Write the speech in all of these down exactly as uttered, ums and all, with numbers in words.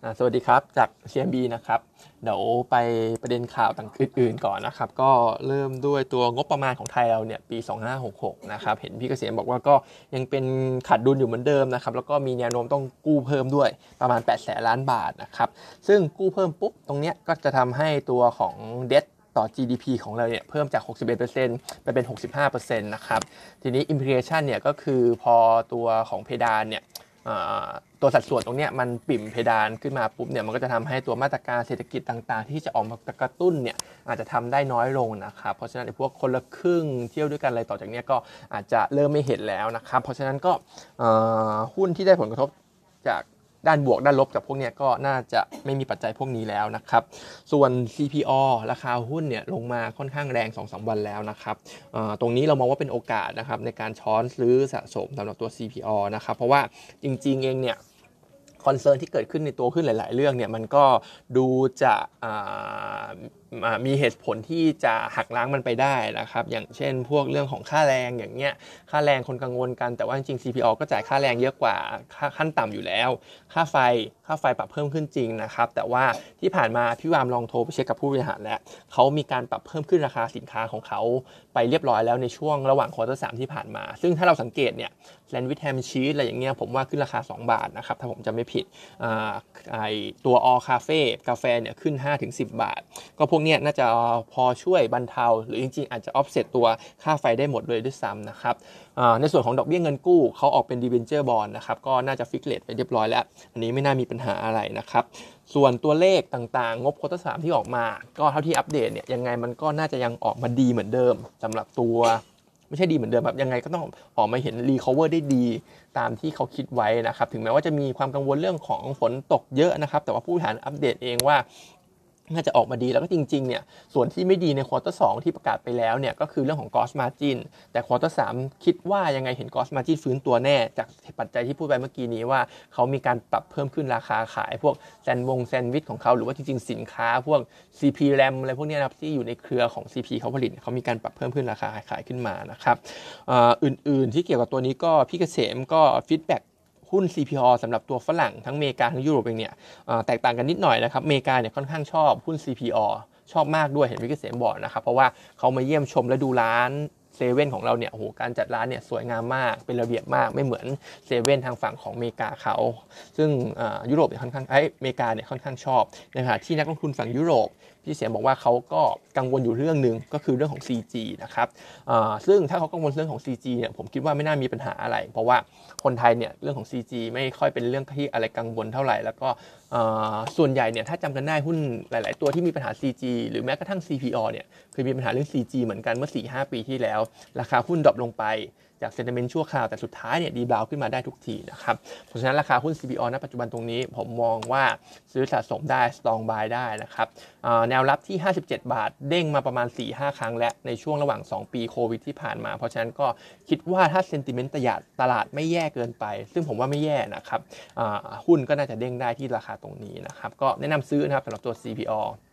สวัสดีครับจาก ซี เอ็ม บี นะครับเดี๋ยวไปประเด็นข่าวต่างอื่นๆก่อนนะครับก็เริ่มด้วยตัวงบประมาณของไทยเราเนี่ยปีสองพันห้าร้อยหกสิบหกนะครับเห็นพี่เกษมบอกว่าก็ยังเป็นขาดดุลอยู่เหมือนเดิมนะครับแล้วก็มีแนวโน้มต้องกู้เพิ่มด้วยประมาณแปดแสนล้านบาทนะครับซึ่งกู้เพิ่มปุ๊บตรงเนี้ยก็จะทำให้ตัวของ debt ต่อ จี ดี พี ของเราเนี่ยเพิ่มจาก หกสิบเอ็ดเปอร์เซ็นต์ ไปเป็น หกสิบห้าเปอร์เซ็นต์ นะครับทีนี้ implication เนี่ยก็คือพอตัวของเพดานเนี่ยตัวสัดส่วนตรงนี้มันปิ่มเพดานขึ้นมาปุ๊บเนี่ยมันก็จะทำให้ตัวมาตรการเศรษฐกิจต่างๆที่จะออกมากระตุ้นเนี่ยอาจจะทำได้น้อยลงนะครับเพราะฉะนั้นพวกคนละครึ่งเที่ยวด้วยกันอะไรต่อจากนี้ก็อาจจะเริ่มไม่เห็นแล้วนะครับเพราะฉะนั้นก็หุ้นที่ได้ผลกระทบจากด้านบวกด้านลบจากพวกนี้ก็น่าจะไม่มีปัจจัยพวกนี้แล้วนะครับส่วน ซี พี อ ราคาหุ้นเนี่ยลงมาค่อนข้างแรง สองถึงสาม วันแล้วนะครับตรงนี้เรามองว่าเป็นโอกาสนะครับในการช้อนซื้อสะสมสำหรับตัว ซี พี อ นะครับเพราะว่าจริงๆเองเนี่ยคอนเซิร์นที่เกิดขึ้นในตัวขึ้นหลายๆเรื่องเนี่ยมันก็ดูจะมีเหตุผลที่จะหักล้างมันไปได้นะครับอย่างเช่นพวกเรื่องของค่าแรงอย่างเงี้ยค่าแรงคนกังวลกันแต่ว่าจริงๆ ซี พี อ ก็จ่ายค่าแรงเยอะกว่าค่าขั้นต่ำอยู่แล้วค่าไฟค่าไฟปรับเพิ่มขึ้นจริงนะครับแต่ว่าที่ผ่านมาพี่วามลองโทรไปเช็คกับผู้บริหารแล้วเขามีการปรับเพิ่มขึ้นราคาสินค้าของเขาไปเรียบร้อยแล้วในช่วงระหว่างควอเตอร์สามที่ผ่านมาซึ่งถ้าเราสังเกตเนี่ยแซนด์วิชแฮมชีสอะไรอย่างเงี้ยผมว่าขึ้นราคาสองบาทนะครับถ้าผมจำไม่ผิดไอตัวออคาเฟ่กาแฟเนี่ยขึ้น ห้าถึงสิบ บาทก็พวกเนี้ยน่าจะพอช่วยบรรเทาหรือจริงๆอาจจะออฟเซตตัวค่าไฟได้หมดเลยด้วยซ้ำนะครับในส่วนของดอกเบี้ยเงินกู้เขาออกเป็น debenture bond นะครับก็น่าจะฟิกเรทไปเรียบร้อยแล้วอันนี้ไม่น่ามีปัญหาอะไรนะครับส่วนตัวเลขต่างๆงบควอเตอร์สามที่ออกมาก็เท่าที่อัปเดตเนี่ยยังไงมันก็น่าจะยังออกมาดีเหมือนเดิมสำหรับตัวไม่ใช่ดีเหมือนเดิมครับยังไงก็ต้องออกมาเห็น recover ได้ดีตามที่เขาคิดไว้นะครับถึงแม้ว่าจะมีความกังวลเรื่องของฝนตกเยอะนะครับแต่ว่าผู้บริหารอัปเดตเองว่าน่าจะออกมาดีแล้วก็จริงๆเนี่ยส่วนที่ไม่ดีในควอเตอร์สองที่ประกาศไปแล้วเนี่ยก็คือเรื่องของ gross margin แต่ควอเตอร์สามคิดว่ายังไงเห็น gross margin ฟื้นตัวแน่จากปัจจัยที่พูดไปเมื่อกี้นี้ว่าเขามีการปรับเพิ่มขึ้นราคาขายพวกแซนด์วงแซนด์วิชของเขาหรือว่าจริงๆสินค้าพวก ซี พี แรม อะไรพวกนี้นะครับที่อยู่ในเครือของ ซี พี เขาผลิตเขามีการปรับเพิ่มขึ้นราคาขายขึ้นมานะครับอื่นๆที่เกี่ยวกับตัวนี้ก็พี่เกษมก็ฟีดแบ็กหุ้น ซี พี อ สำหรับตัวฝรั่งทั้งอเมริกาทั้งยุโรปเองเนี่ยแตกต่างกันนิดหน่อยนะครับอเมริกาเนี่ยค่อนข้างชอบหุ้น ซี พี อ ชอบมากด้วยเห็นพี่เกษมบอกนะครับเพราะว่าเขามาเยี่ยมชมและดูร้านเซเว่นของเราเนี่ยโอ้โหการจัดร้านเนี่ยสวยงามมากเป็นระเบียบมากไม่เหมือนเซเว่นทางฝั่งของอเมริกาเขาซึ่งยุโรปเนี่ยค่อนข้างไอ้อเมริกาเนี่ยค่อนข้างชอบนะครับที่นักลงทุนฝั่งยุโรปพี่เสียบอกว่าเขาก็กังวลอยู่เรื่องนึงก็คือเรื่องของ ซี จี นะครับซึ่งถ้าเขากังวลเรื่องของ ซี จี เนี่ยผมคิดว่าไม่น่ามีปัญหาอะไรเพราะว่าคนไทยเนี่ยเรื่องของ ซี จี ไม่ค่อยเป็นเรื่องที่อะไรกังวลเท่าไหร่แล้วก็ส่วนใหญ่เนี่ยถ้าจำกันได้หุ้นหลายๆตัวที่มีปัญหา ซี จี หรือแม้กระทั่ง ซี พี อ เนี่ยเคยมีปัญหาเรื่อง ซี จี เหมือนกันเมื่อ สี่ห้า ปีที่แล้วราคาหุ้นดรอปลงไปจากเซนติเมนต์ชั่วคราวแต่สุดท้ายเนี่ยดีบราวขึ้นมาได้ทุกทีนะครับเพราะฉะนั้นราคาหุ้น ซี พี อ ณ ปัจจุบันตรงนี้ผมมองว่าซื้อสะสมได้ strong buy ได้นะครับแนวรับที่ห้าสิบเจ็ดบาทเด้งมาประมาณ สี่ห้า ครั้งและในช่วงระหว่างสองปีโควิดที่ผ่านมาเพราะฉะนั้นก็คิดว่าถ้าเซนติเมนต์ตลาดไม่แย่เกินไปซึ่งผมว่าไม่แย่นะครับหุ้นก็น่าจะเด้งได้ที่ราคาตรงนี้นะครับก็แนะนำซื้อนะครับสำหรับตัว ซี พี อ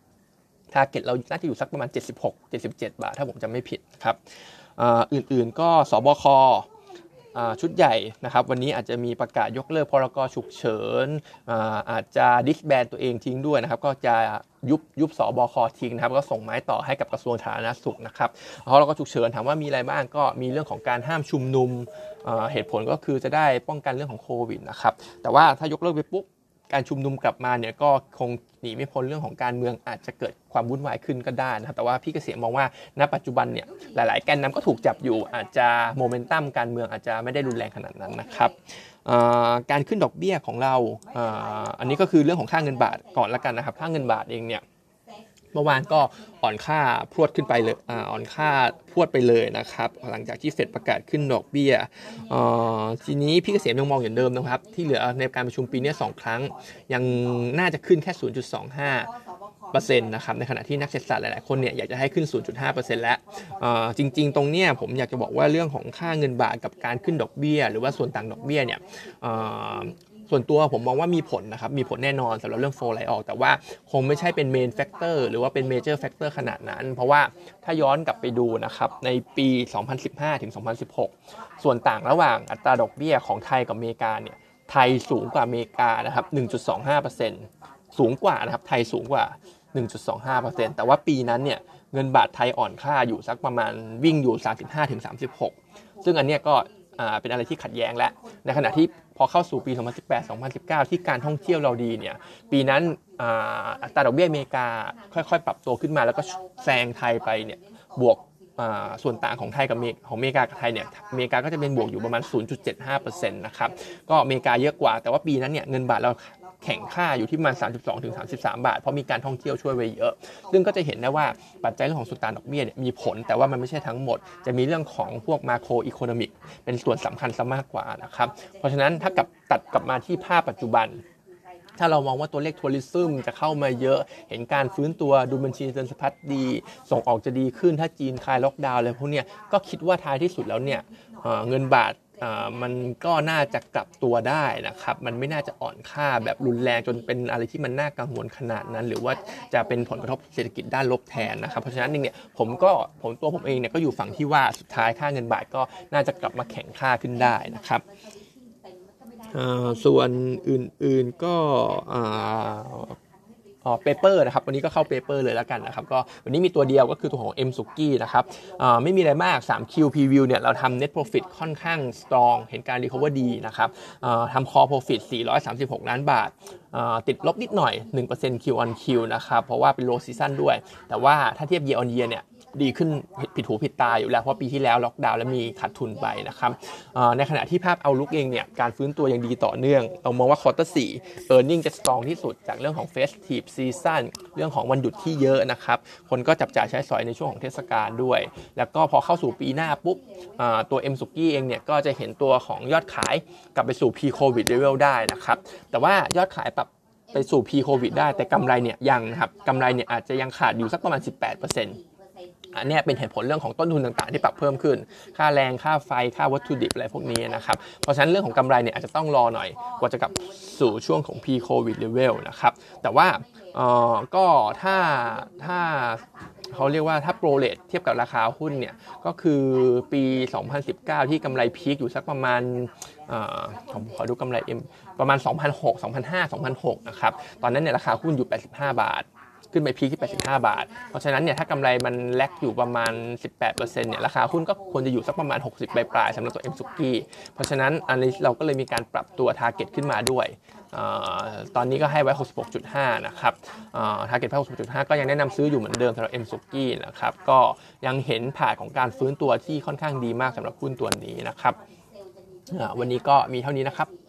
target เราน่าจะอยู่สักประมาณเจ็ดสิบหก เจ็ดสิบเจ็ดบาทถ้าผมจำไม่ผิดครับอื่นๆก็สบคชุดใหญ่นะครับวันนี้อาจจะมีประกาศยกเลิกพรกฉุกเฉินอาจจะดิสแบนตัวเองทิ้งด้วยนะครับก็จะยุบยุบสบคทิ้งนะครับก็ส่งไม้ต่อให้กับกระทรวงสาธารณสุขนะครับพรกฉุกเฉินถามว่ามีอะไรบ้างก็มีเรื่องของการห้ามชุมนุมเหตุผลก็คือจะได้ป้องกันเรื่องของโควิดนะครับแต่ว่าถ้ายกเลิกไปปุ๊บการชุมนุมกลับมาเนี่ยก็คงหนีไม่พ้นเรื่องของการเมืองอาจจะเกิดความวุ่นวายขึ้นก็ได้นะครับแต่ว่าพี่เกษมมองว่าณปัจจุบันเนี่ยหลายๆแกนนำก็ถูกจับอยู่อาจจะโมเมนตัมการเมืองอาจจะไม่ได้รุนแรงขนาดนั้นนะครับการขึ้นดอกเบี้ยของเราอันนี้ก็คือเรื่องของค่าเงินบาทก่อนละกันนะครับค่าเงินบาทเองเนี่ยเมื่อวานก็อ่อนค่าพรวดขึ้นไปเลยอ่าอ่อนค่าพรวดไปเลยนะครับหลังจากที่เฟดประกาศขึ้นดอกเบี้ยทีนี้พี่เกษมยังมองอย่างเดิมนะครับที่เหลือในการประชุมปีนี้สองครั้งยังน่าจะขึ้นแค่ ศูนย์จุดสองห้าเปอร์เซ็นต์ นะครับในขณะที่นักเศรษฐศาสตร์หลายๆคนเนี่ยอยากจะให้ขึ้น ศูนย์จุดห้าเปอร์เซ็นต์ แล้วจริงๆตรงเนี้ยผมอยากจะบอกว่าเรื่องของค่าเงินบาทกับการขึ้นดอกเบี้ยหรือว่าส่วนต่างดอกเบี้ยเนี่ยส่วนตัวผมมองว่ามีผลนะครับมีผลแน่นอนสำหรับเรื่องโฟลว์ไหลออกแต่ว่าคงไม่ใช่เป็นเมนแฟกเตอร์หรือว่าเป็นเมเจอร์แฟกเตอร์ขนาดนั้นเพราะว่าถ้าย้อนกลับไปดูนะครับในปีสองพันสิบห้าถึงสองพันสิบหกส่วนต่างระหว่างอัตราดอกเบี้ยของไทยกับอเมริกาเนี่ยไทยสูงกว่าอเมริกานะครับ หนึ่งจุดสองห้าเปอร์เซ็นต์ สูงกว่านะครับไทยสูงกว่า หนึ่งจุดสองห้าเปอร์เซ็นต์ แต่ว่าปีนั้นเนี่ยเงินบาทไทยอ่อนค่าอยู่สักประมาณวิ่งอยู่ สามสิบห้าถึงสามสิบหก ซึ่งอันเนี้ยก็เป็นอะไรที่ขัดแย้งและในขณะที่พอเข้าสู่ปี สองพันสิบแปด สองพันสิบเก้า ที่การท่องเที่ยวเราดีเนี่ยปีนั้นอัตราดอกเบี้ยอเมริกาค่อยๆปรับตัวขึ้นมาแล้วก็แซงไทยไปเนี่ยบวกส่วนต่างของไทยกับของอเมริกากับไทยเนี่ยอเมริกาก็จะเป็นบวกอยู่ประมาณ ศูนย์จุดเจ็ดห้าเปอร์เซ็นต์ นะครับก็อเมริกาเยอะกว่าแต่ว่าปีนั้นเนี่ยเงินบาทเราแข่งค่าอยู่ที่ประมาณ สามสิบสองถึงสามสิบสาม บาทเพราะมีการท่องเที่ยวช่วยไว้เยอะซึ่งก็จะเห็นได้ว่าปัจจัยเรื่องของสุดตานดอกเบี้ยเนี่ยมีผลแต่ว่ามันไม่ใช่ทั้งหมดจะมีเรื่องของพวกมาโครอีโคโนมิกเป็นส่วนสำคัญซะมากกว่านะครับเพราะฉะนั้นถ้ากับตัดกลับมาที่ภาพปัจจุบันถ้าเรามองว่าตัวเลขทัวริซึมจะเข้ามาเยอะเห็นการฟื้นตัวดูบัญชีเงินสะพัดดีส่งออกจะดีขึ้นถ้าจีนคลายล็อกดาวน์อะไรพวกนี้ก็คิดว่าท้ายที่สุดแล้วเนี่ยเงินบาทมันก็น่าจะกลับตัวได้นะครับมันไม่น่าจะอ่อนค่าแบบรุนแรงจนเป็นอะไรที่มันน่ากังวลขนาดนั้นหรือว่าจะเป็นผลกระทบเศรษฐกิจด้านลบแทนนะครับเพราะฉะนั้นเนี่ยผมก็ผมตัวผมเองเนี่ยก็อยู่ฝั่งที่ว่าสุดท้ายค่าเงินบาทก็น่าจะกลับมาแข็งค่าขึ้นได้นะครับส่วนอื่นๆก็อ๋อเปเปอร์นะครับวันนี้ก็เข้าเปเปอร์เลยแล้วกันนะครับก็วันนี้มีตัวเดียวก็คือตัวของ M Suki นะครับไม่มีอะไรมาก สาม คิว Preview เนี่ยเราทำ Net Profit ค่อนข้าง strong เห็นการ recover ดีนะครับทำ Core Profit สี่ร้อยสามสิบหกล้านบาทติดลบนิดหน่อย หนึ่งเปอร์เซ็นต์ Q on Q นะครับเพราะว่าเป็น low season ด้วยแต่ว่าถ้าเทียบ year on year เนี่ยดีขึ้นผิดหูผิดตาอยู่แล้วเพราะปีที่แล้วล็อกดาวน์แล้วมีขาดทุนไปนะครับในขณะที่ภาพเอาลุกเองเนี่ยการฟื้นตัวยังดีต่อเนื่องเรามองว่าควอเตอร์สี่ earning จะ strong ที่สุดจากเรื่องของ festive season เรื่องของวันหยุดที่เยอะนะครับคนก็จับจ่ายใช้สอยในช่วงของเทศกาลด้วยแล้วก็พอเข้าสู่ปีหน้าปุ๊บตัว M Suki เองเนี่ยก็จะเห็นตัวของยอดขายกลับไปสู่ pre covid level ได้นะครับแต่ว่ายอดขายปรับไปสู่ pre covid ได้แต่กำไรเนี่ยยังครับกำไรเนี่ยอาจจะยังขาดอยู่สักประมาณ สิบแปดเปอร์เซ็นต์อันนี้เป็นเหตุผลเรื่องของต้นทุนต่างๆที่ปรับเพิ่มขึ้นค่าแรงค่าไฟค่าวัตถุดิบอะไรพวกนี้นะครับเพราะฉะนั้นเรื่องของกำไรเนี่ยอาจจะต้องรอหน่อยกว่าจะกลับสู่ช่วงของ pre covid level นะครับแต่ว่าเอ่อก็ถ้าถ้าเขาเรียกว่าถ้าโปรเรทเทียบกับราคาหุ้นเนี่ยก็คือปีสองพันสิบเก้าที่กำไรพีคอยู่สักประมาณเอ่อผมขอดูกำไร M ประมาณ สองพันหกร้อย สองพันห้าร้อย สองพันหกร้อย นะครับตอนนั้นเนี่ยราคาหุ้นอยู่แปดสิบห้าบาทขึ้นไปพีคที่แปดสิบห้าบาทเพราะฉะนั้นเนี่ยถ้ากำไรมันแลกอยู่ประมาณ สิบแปดเปอร์เซ็นต์ เนี่ยราคาหุ้นก็ควรจะอยู่สักประมาณหกสิบปลายๆสำหรับตัว M Suki เพราะฉะนั้นอันนี้เราก็เลยมีการปรับตัว target ขึ้นมาด้วยตอนนี้ก็ให้ไว้ หกสิบหกจุดห้า นะครับ target ไว้ หกสิบหกจุดห้า ก็ยังแนะนำซื้ออยู่เหมือนเดิมสำหรับ M Suki นะครับก็ยังเห็นผ่านของการฟื้นตัวที่ค่อนข้างดีมากสำหรับหุ้นตัวนี้นะครับวันนี้ก็มีเท่านี้นะครับ